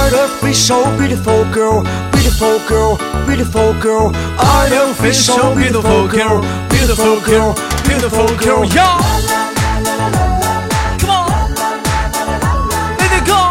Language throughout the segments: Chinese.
Artificial beautiful girl, beautiful girl, beautiful girl. Artificial beautiful girl, beautiful girl, beautiful girl. Yeah. Come on, let it go.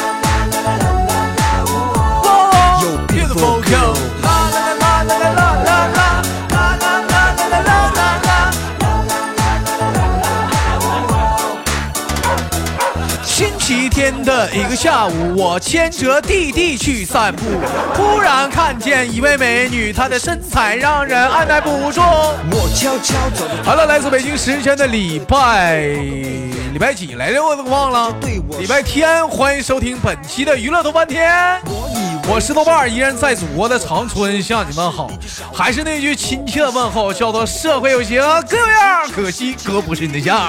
Whoa, yo, beautiful girl. La la la la la la la la la la la la la. 星期天的一个下午，我牵着弟弟去散步，忽然看见一位美女，她的身材让人按捺不住。我悄悄走。好了，来自北京时间的礼拜几来着？我都忘了。礼拜天，欢迎收听本期的娱乐豆瓣天。我是豆瓣，依然在祖国的长春向你们好，还是那句亲切的问候，叫做社会有情哥有样，可惜哥不是你的样。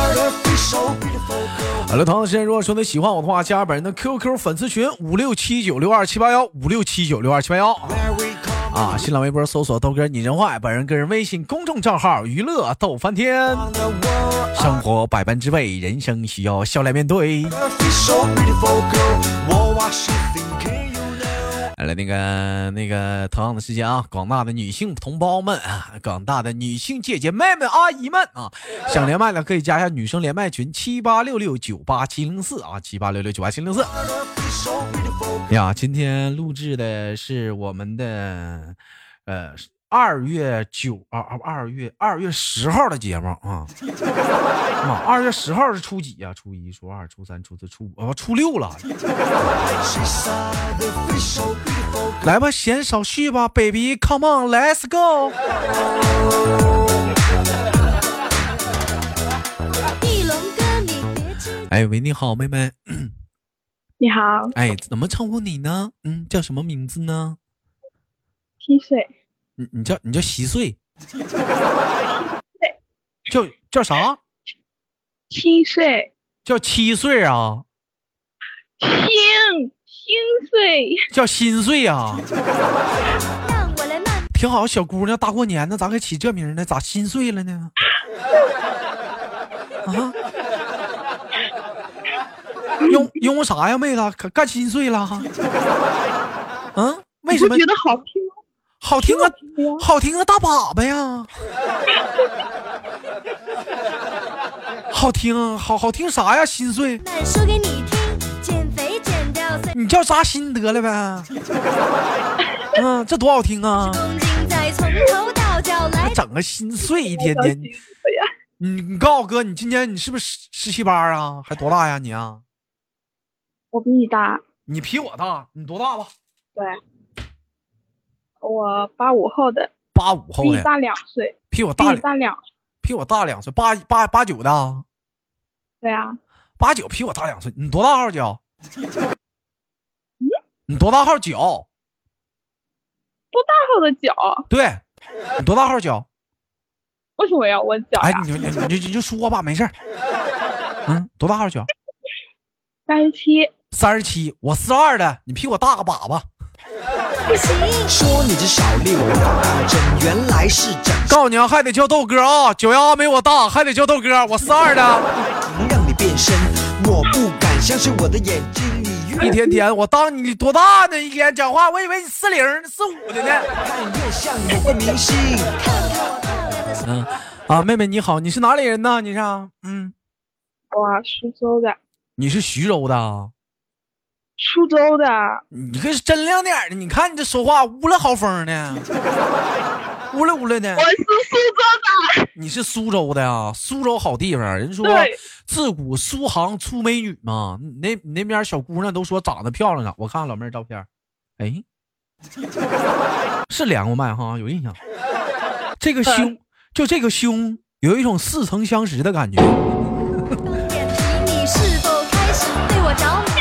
好了，同样时间，如果说你喜欢我的话，加本人的 QQ 粉丝群567962781567962781啊，新浪微博搜索豆哥你人坏，本人个人微信公众账号娱乐逗翻天。生活百般滋味，人生需要笑来面对。好了，那个同样的时间啊，广大的女性同胞们啊，广大的女性姐姐妹们、阿姨们啊，想连麦的可以加一下女生连麦群7866987704啊，7866987704。呀，今天录制的是我们的2月10号的节目啊。2月10号是初几呀？初一、初二、初三、初四、初五，初六了。来吧，闲少叙吧 ，baby come on let's go。哎喂，你好，妹妹。 你好。 哎，怎么称呼你呢？叫什么名字呢 ？7岁。 你叫7岁。叫啥 ？7岁。 叫7岁啊？ 心碎。 叫心碎啊？挺好，小姑娘，大过年的咋给起这名呢？咋心碎了呢？啊？用啥呀，妹子？可干心碎了？为什么？ 我觉得好听。 好听啊，好听啊，大粑粑呀！好听啊，好听啥呀？心碎。说给你听，减肥减掉。你叫啥心得了呗？这多好听啊！还整个心碎，一天天。你告诉我哥，你今年你是不是17、18啊？还多大呀你啊？ 我比你大。 你比我大，你多大吧？ 对。我85后的 ，85后的， 比你大2岁， 比我大2岁，89的， 对啊 ，89比我大2岁，你多大号脚？你多大号脚？ 多大号的脚？ 对，你多大号脚？ 为什么要问脚呀？ 哎，你就说吧，没事。多大号脚 ？37， 我42的，你比我大个粑粑。不行，说你这小丽我当真，原来是真。告诉你啊，还得叫豆哥啊，91没我大，还得叫豆哥，我42的。让你变身，我不敢相信我的眼睛。一天天我当你多大呢？一天讲话，我以为你40、45的呢。看越像某个明星。妹妹你好，你是哪里人呢？你是？ 我苏州的。 你是徐州的？ 苏州的。 你可是真亮点的，你看你这说话乌了好风呢，乌了的。 我是苏州的。 你是苏州的呀？苏州好地方，人说自古苏杭出美女嘛。你那边小姑娘都说长得漂亮啊。我看老妹儿照片，哎，是连过麦哈，有印象。这个胸，就这个胸，有一种似曾相识的感觉。你是否开始对我着迷？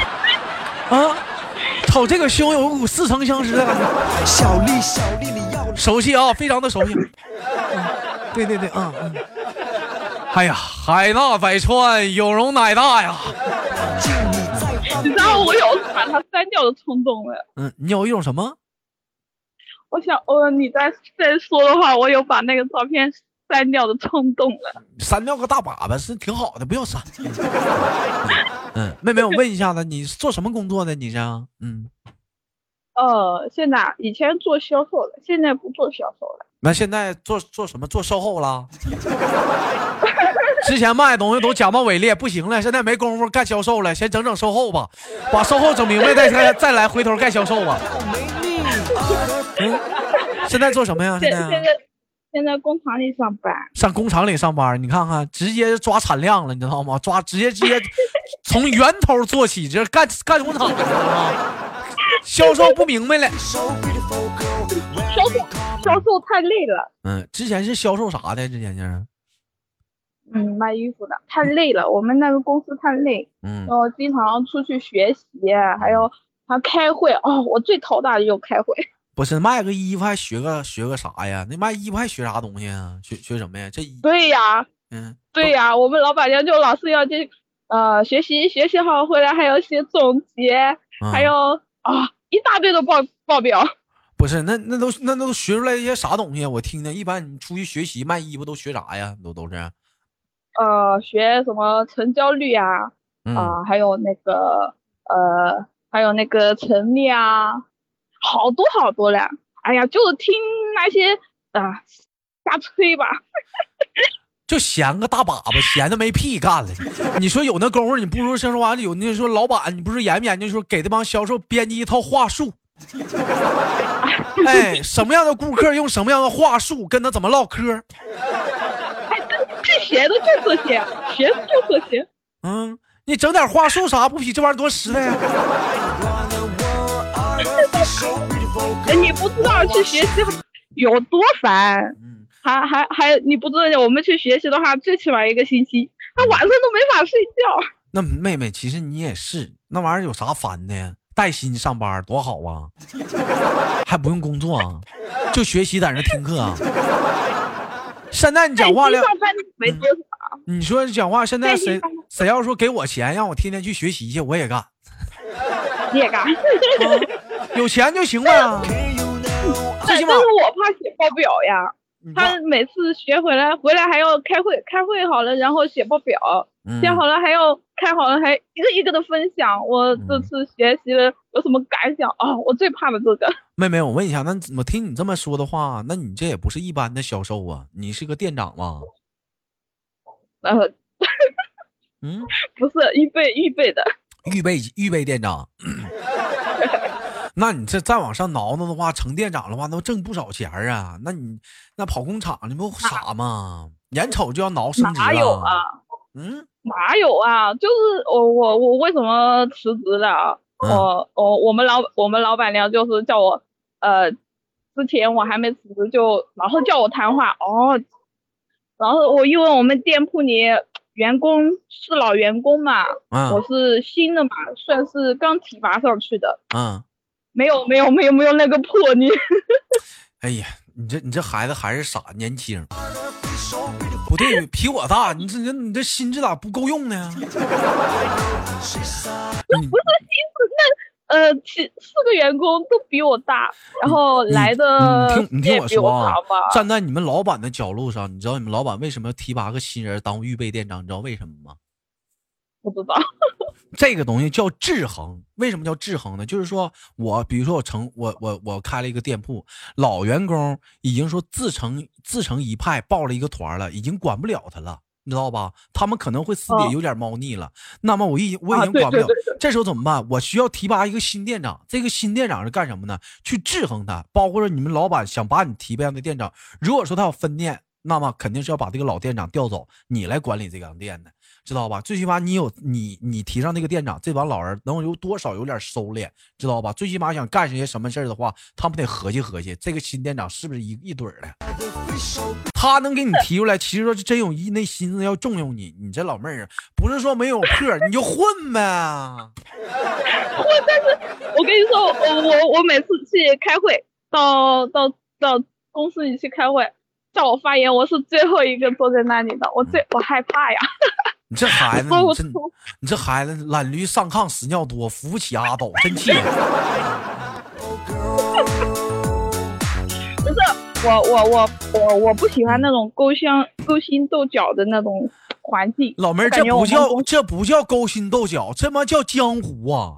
瞅这个胸有股似曾相识的感觉。小丽你要熟悉啊，非常的熟悉。对，哎呀，海纳百川，有容乃大呀。 你知道我有把它删掉的冲动了。 你有一种什么？ 我想，你再说的话，我有把那个照片删掉的冲动了。 删掉个大粑粑是挺好的，不要删。 妹妹，我问一下子，你做什么工作的？你是？ 现在以前做销售的，现在不做销售了。 那现在做什么？做售后了？之前卖东西都假冒伪劣，不行了，现在没工夫干销售了，先整整售后吧，把售后整明白，再来回头干销售吧。现在做什么呀？ 现在工厂里上班。 上工厂里上班，你看看，直接抓产量了，你知道吗？直接从源头做起，这干工厂，你知道吗？销售不明白了。 销售太累了。 之前是销售啥的？之前就是。 卖衣服的，太累了。我们那个公司太累。然后经常出去学习，还有还开会。我最头大的就是开会。 不是卖个衣服还学个啥呀？那卖衣服还学啥东西啊？学什么呀？ 对呀，对呀，我们老板娘就老是要去学习好回来还要写总结，还有一大堆的报表。 不是，那都学出来一些啥东西啊？我听听，一般你出去学习卖衣服都学啥呀？都是。 学什么成交率啊，还有那个陈列啊，好多了。哎呀，就是听那些瞎吹吧。 就闲个大粑粑，闲的没屁干了。你说有那功夫，你不如说完了有那说老板，你不是研究说给这帮销售编辑一套话术。哎，什么样的顾客用什么样的话术跟他怎么唠嗑。 学的就这些， 你整点话术啥不比这玩意儿多实在呀？ 你不知道去学习有多烦。还你不知道我们去学习的话，最起码1个星期，他晚上都没法睡觉。 那妹妹，其实你也是，那玩意儿有啥烦的？带薪上班多好啊，还不用工作啊，就学习在那听课啊。现在你讲话了，你说讲话，现在谁要说给我钱让我天天去学习去，我也干。 你也干？ 有钱就行呗。 但是我怕写报表呀。他每次学回来还要开会好了，然后写报表，写好了还要开好了，还一个一个的分享我这次学习了有什么感想我最怕的这个。 妹妹，我问一下，那怎么听你这么说的话，那你这也不是一般的销售啊，你是个店长吗？ 不是预备的预备店长。那你这再往上挠挠的话，成店长的话，那挣不少钱啊。那你那跑工厂，你不傻吗？眼瞅就要挠升职了。 哪有啊？哪有啊？就是我为什么辞职了？我们老板娘就是叫我之前我还没辞职就然后叫我谈话然后我因为我们店铺里员工是老员工嘛，我是新的嘛，算是刚提拔上去的。没有那个魄力。 哎呀，你这孩子还是傻，年轻。不对，比我大，你这心智咋不够用呢？ 不是心智，那4个员工都比我大，然后来的你听我说啊，站在你们老板的角度上，你知道你们老板为什么要提拔个新人当预备店长？你知道为什么吗？ 不知道。 这个东西叫制衡。为什么叫制衡呢？就是说比如说我开了一个店铺，老员工已经说自成一派，报了一个团了，已经管不了他了，你知道吧？他们可能会私底有点猫腻了。那么我已经管不了， 对， 这时候怎么办？我需要提拔一个新店长。这个新店长是干什么呢？去制衡他，包括说你们老板想把你提拔的店长，如果说他要分店，那么肯定是要把这个老店长调走，你来管理这个店的。知道吧？最起码你提上那个店长，这帮老人能有多少有点收敛，知道吧？最起码想干些什么事的话，他们得合计合计，这个新店长是不是一对的？他能给你提出来，其实说是真有那心思要重用你。你这老妹儿不是说没有课你就混呗。 但是我跟你说，我每次去开会，到公司里去开会，叫我发言，我是最后一个坐在那里的，我害怕呀。 你这孩子，你这孩子懒驴上炕屎尿多，扶不起阿斗，真气人。 不是我不喜欢那种勾心斗角的那种环境。 老妹儿，这不叫勾心斗角，这妈叫江湖啊！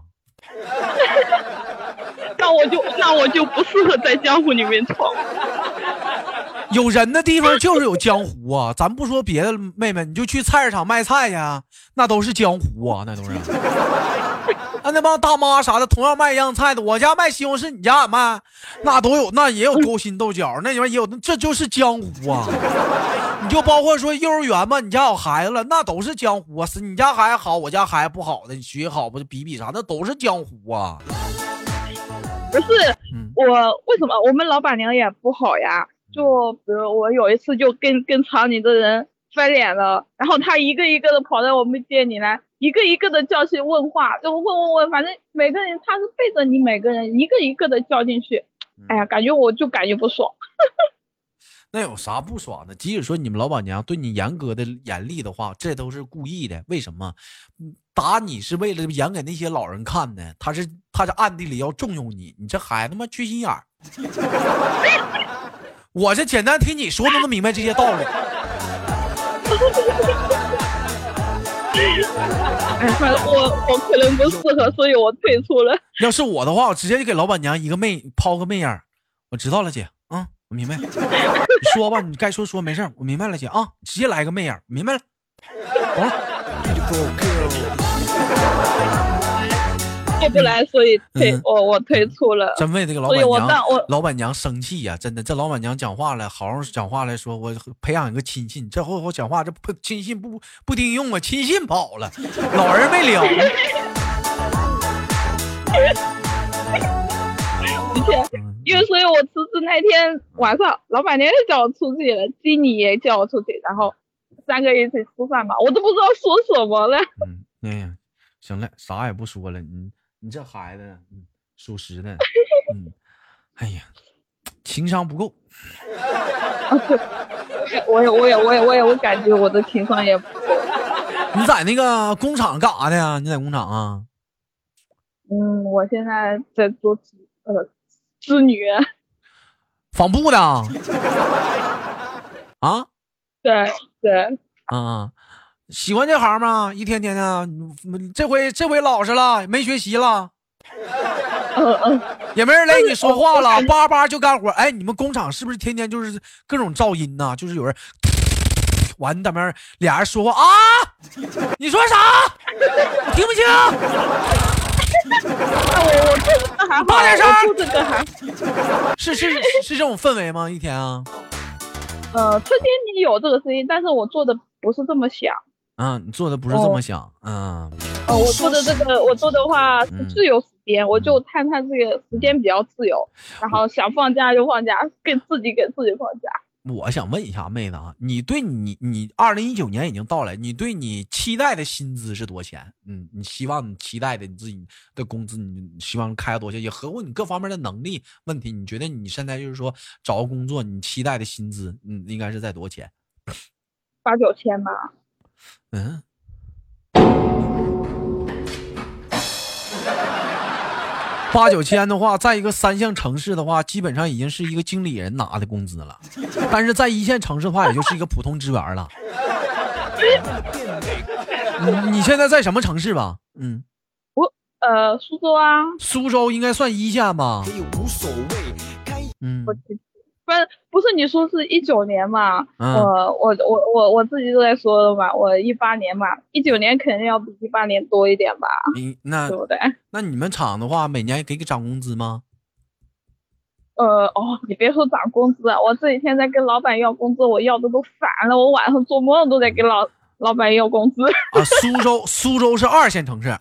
那我就不适合在江湖里面闯。 有人的地方就是有江湖啊！咱不说别的，妹妹，你就去菜市场卖菜去，那都是江湖啊，那都是。那帮大妈啥的，同样卖一样菜的，我家卖西红柿，你家也卖，那都有，那也有勾心斗角，那里面也有，这就是江湖啊！你就包括说幼儿园嘛，你家有孩子了，那都是江湖啊！是你家孩子好，我家孩子不好的，你学好不就比啥，那都是江湖啊！ 不是，我为什么我们老板娘也不好呀？就比如我有一次就跟厂里的人翻脸了，然后他一个一个的跑到我们店里来，一个一个的叫去问话，就问，反正每个人他是背着你每个人一个一个的叫进去，哎呀，感觉不爽。 那有啥不爽的？即使说你们老板娘对你严格的严厉的话，这都是故意的。为什么？打你是为了演给那些老人看的，他是暗地里要重用你。你这孩子嘛，缺心眼儿。我这简单听你说都能明白这些道理。 我可能不适合，所以我退出了。 要是我的话，我直接就给老板娘抛个媚眼。我知道了，姐，我明白。你说吧，你该说，没事，我明白了，姐啊，直接来个媚眼，明白了，懂了。 做不来，所以我退出了。 真为这个老板娘生气呀！真的，这老板娘讲话了，好好讲话来说，我培养一个亲信，这后讲话这亲信不顶用啊，亲信跑了，老人没了。 因为所以我辞职那天晚上，老板娘也叫我出去了，经理也叫我出去，然后3个一起吃饭嘛，我都不知道说什么了。 行了，啥也不说了，你这孩子，属实的，哎呀，情商不够。 我感觉我的情商也不够。 你在那个工厂干啥的呀？你在工厂啊？ 我现在在做织女。 纺布的啊？ 对。 喜欢这行吗？一天天的，这回老实了，没学习了。也没人来你说话了，叭叭就干活。哎，你们工厂是不是天天就是各种噪音呢？就是有人完那边俩人说话啊？你说啥？我听不清。 我这个还大点声。 这个还是这种氛围吗？一天啊？ 车间里有这个声音，但是我做的不是这么响。 你做的不是这么响。 我做的我做的话是自由时间，我就看这个时间比较自由，然后想放假就放假，给自己放假。 我想问一下妹子啊，你对你2019年已经到了，你对你期待的薪资是多少钱？你希望你期待的你自己的工资，你希望开多少钱？也合乎你各方面的能力问题。你觉得你现在就是说找个工作，你期待的薪资，应该是在多少钱 ？8、9千吧。 8、9千的话，在一个3线城市的话，基本上已经是一个经理人拿的工资了。但是在1线城市的话，也就是一个普通职员了。你现在在什么城市吧？ 苏州啊。 苏州应该算1线吧？ 不是你说是19年嘛？我自己都在说了嘛，我18年嘛，19年肯定要比18年多一点吧？对不对？ 那你们厂的话，每年给涨工资吗？ 你别说涨工资啊，我这几天在跟老板要工资，我要的都烦了，我晚上做梦都在给老板要工资。 苏州是2线城市。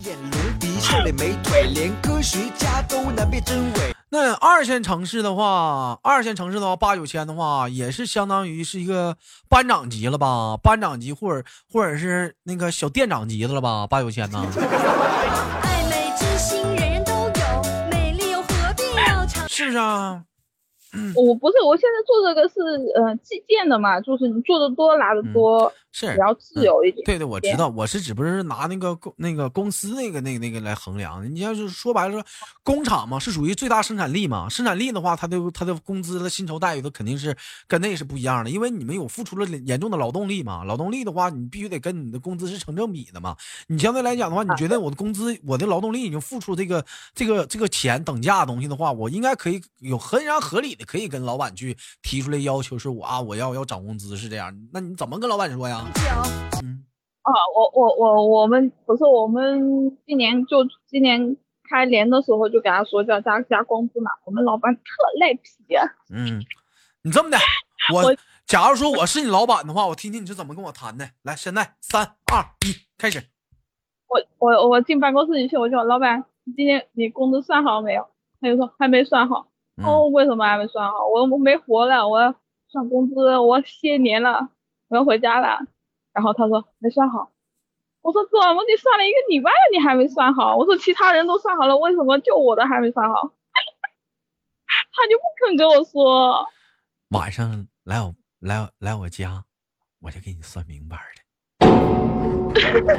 那2线城市的话，8、9千的话，也是相当于是一个班长级了吧？班长级或者是那个小店长级的了吧？8、9千呢？爱美之心人人都有，美丽又何必要长？是不是啊？ 我不是，我现在做这个是计件的嘛，就是你做的多拿的多， 是比较自由一点。 对对，我知道，我是只不是拿那个公司那个来衡量。你要是说白了说，工厂嘛是属于最大生产力嘛，生产力的话，它的工资的薪酬待遇它肯定是跟那是不一样的，因为你们有付出了严重的劳动力嘛，劳动力的话，你必须得跟你的工资是成正比的嘛。你相对来讲的话，你觉得我的工资，我的劳动力已经付出这个钱等价的东西的话，我应该可以有非常合理的可以跟老板去提出来要求，是我要涨工资是这样。那你怎么跟老板说呀？ 我们不是我们今年开年的时候就给他说叫加工资嘛，我们老板特赖皮。 你这么的，假如说我是你老板的话，我听听你是怎么跟我谈的。来，现在3、2、1，开始。 我进办公室里去，我就说老板，今天你工资算好没有？他就说还没算好。为什么还没算好？我没活了，我要算工资，我歇年了，我要回家了。然后他说没算好。我说怎么你算了1个礼拜了你还没算好？我说其他人都算好了，为什么就我的还没算好？他就不肯跟我说。 晚上来我家，我就给你算明白的。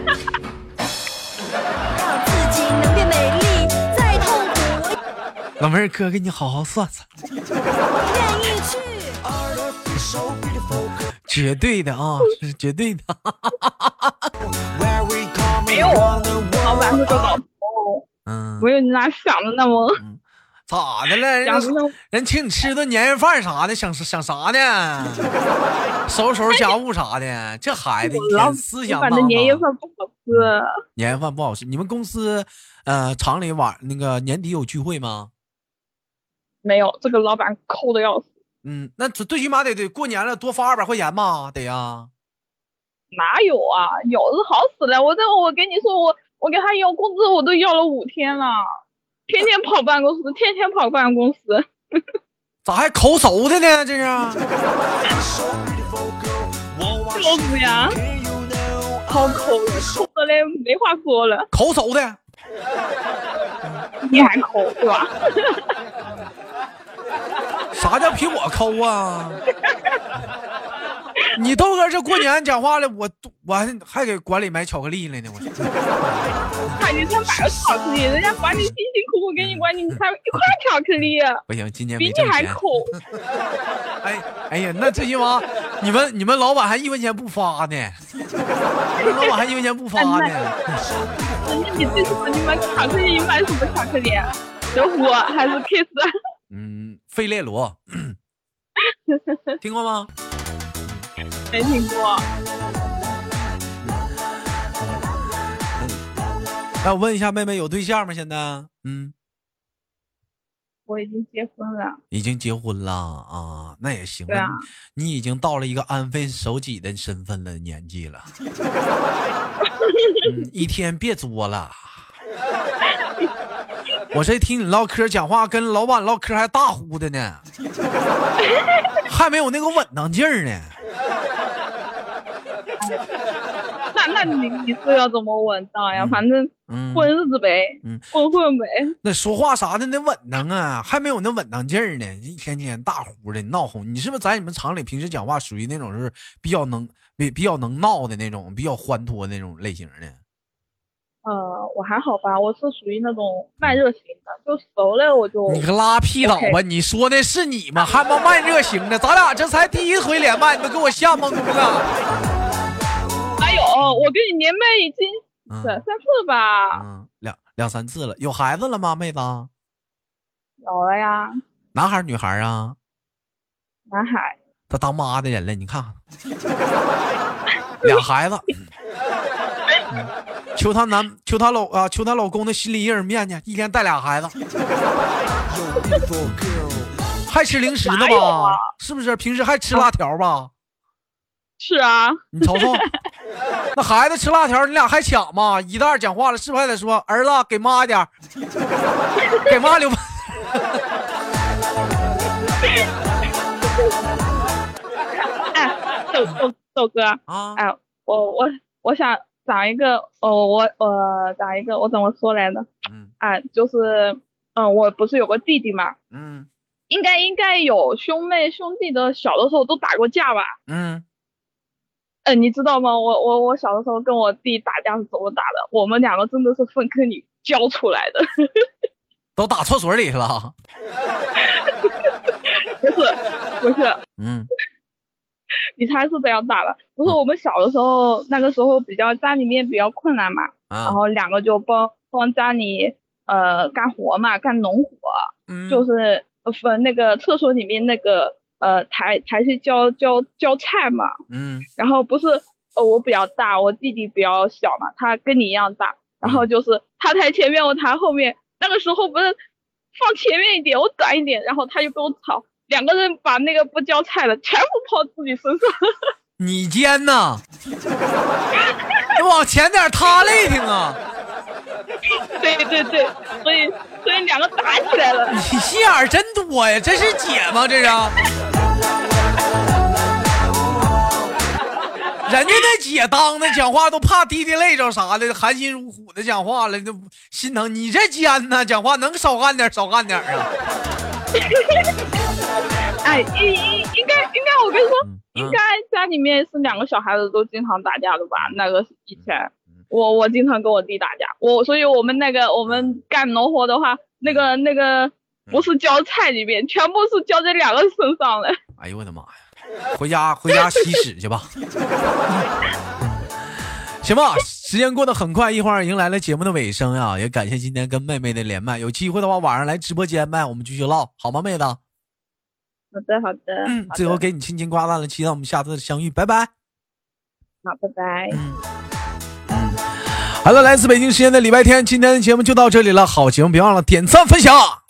让自己能变美丽，再痛苦。 老妹儿，哥给你好好算算。 愿意去。 绝对的啊，是绝对的。 没有，老板是个老头，没有你俩想的那么。 咋的了？人请你吃顿年夜饭啥的，想啥呢？收拾家务啥的，这孩子一天思想大。 反正年夜饭不好吃。 年夜饭不好吃。你们公司厂里那个年底有聚会吗？ 没有，这个老板抠的要死。 那最起码得过年了，多发200块钱吧，得呀。 哪有啊？有是好死了。我跟你说，我给他要工资，我都要了5天了，天天跑办公室，天天跑办公室。 咋还抠手的呢？这是。 抠死呀！好抠的，抠的嘞没话说了。 抠手的。 你还抠对吧？ 啥叫比我抠啊？你豆哥这过年讲话了，我还给管理买巧克力了呢，我。 你才买了巧克力，人家管你辛辛苦苦给你管你才1块巧克力。 不行，今年比你还抠。 哎呀，那最起码你们老板还1分钱不发呢，你们老板还1分钱不发呢。 那你最起码你买巧克力，你买什么巧克力？德芙还是 Kiss？ 费列罗。听过吗？ 没听过。 那我问一下妹妹，有对象吗？现在？ 我已经结婚了。 已经结婚了啊，那也行。 对啊， 你已经到了一个安分守己的身份的年纪了。一天别作了。我这听你唠嗑讲话，跟老板唠嗑还大呼的呢，还没有那个稳当劲儿呢。 那你是要怎么稳当呀？反正混日子呗，混呗。 那说话啥的那稳当啊，还没有那稳当劲儿呢，一天天大呼的闹哄。你是不是在你们厂里平时讲话属于那种是比较能闹的那种，比较欢脱的那种类型的？ 我还好吧，我是属于那种慢热型的，就熟了我就。 你个拉屁倒吧！你说的是你吗？还慢热型的，咱俩这才第1回连麦，你都给我吓懵了。 哎呦，我跟你连麦已经3次吧。 两三次了。有孩子了吗，妹子？ 有了呀。 男孩女孩啊？ 男孩。 他当妈的人了，你看看，2孩子。求她老公的心理阴影面去，一天带2孩子，还吃零食呢吧？是不是？平时还吃辣条吧？ 是啊。 你瞅瞅，那孩子吃辣条，你俩还抢吗？一袋讲话了，是不是还得说儿子给妈一点，给妈留。 哎，豆哥啊，哎，我想。找一个，找一个，我怎么说来着？就是，我不是有个弟弟嘛，1 应该有兄弟的，小的时候都打过架吧？你知道吗？我小的时候跟我弟打架是怎么打的？我们两个真的是粪坑里教出来的， 都打厕所里去了。 不是，你猜是怎样打的？不是我们小的时候，那个时候家里面比较困难嘛，然后两个就帮家里干活嘛，干农活，就是分那个厕所里面那个台去浇菜嘛，然后不是我比较大，我弟弟比较小嘛，他跟你一样大，然后就是他抬前面，我抬后面，那个时候不是放前面一点，我短一点，然后他就跟我吵，两个人把那个不浇菜的全部抛自己身上。 你奸呐！你往前点，他累挺啊！ 对，所以两个打起来了。 你心眼儿真多呀，这是姐吗？这是？人家那姐当的讲话都怕弟弟累着啥的，含辛茹苦的讲话了，都心疼。你这奸呐，讲话能少干点啊！ 哎，应该，我跟你说，应该家里面是两个小孩子都经常打架的吧？那个以前，我经常跟我弟打架，所以我们干农活的话，那个不是浇菜里面，全部是浇在两个身上了。 哎呦我的妈呀！回家洗屎去吧。行吧，时间过得很快，一会儿迎来了节目的尾声呀，也感谢今天跟妹妹的连麦，有机会的话晚上来直播间呗，我们继续唠，好吗，妹子？好的。 最后给你轻轻挂断了，期待我们下次的相遇，拜拜。 好，拜拜。 好了，来自北京时间的礼拜天，今天的节目就到这里了，好节目别忘了点赞分享。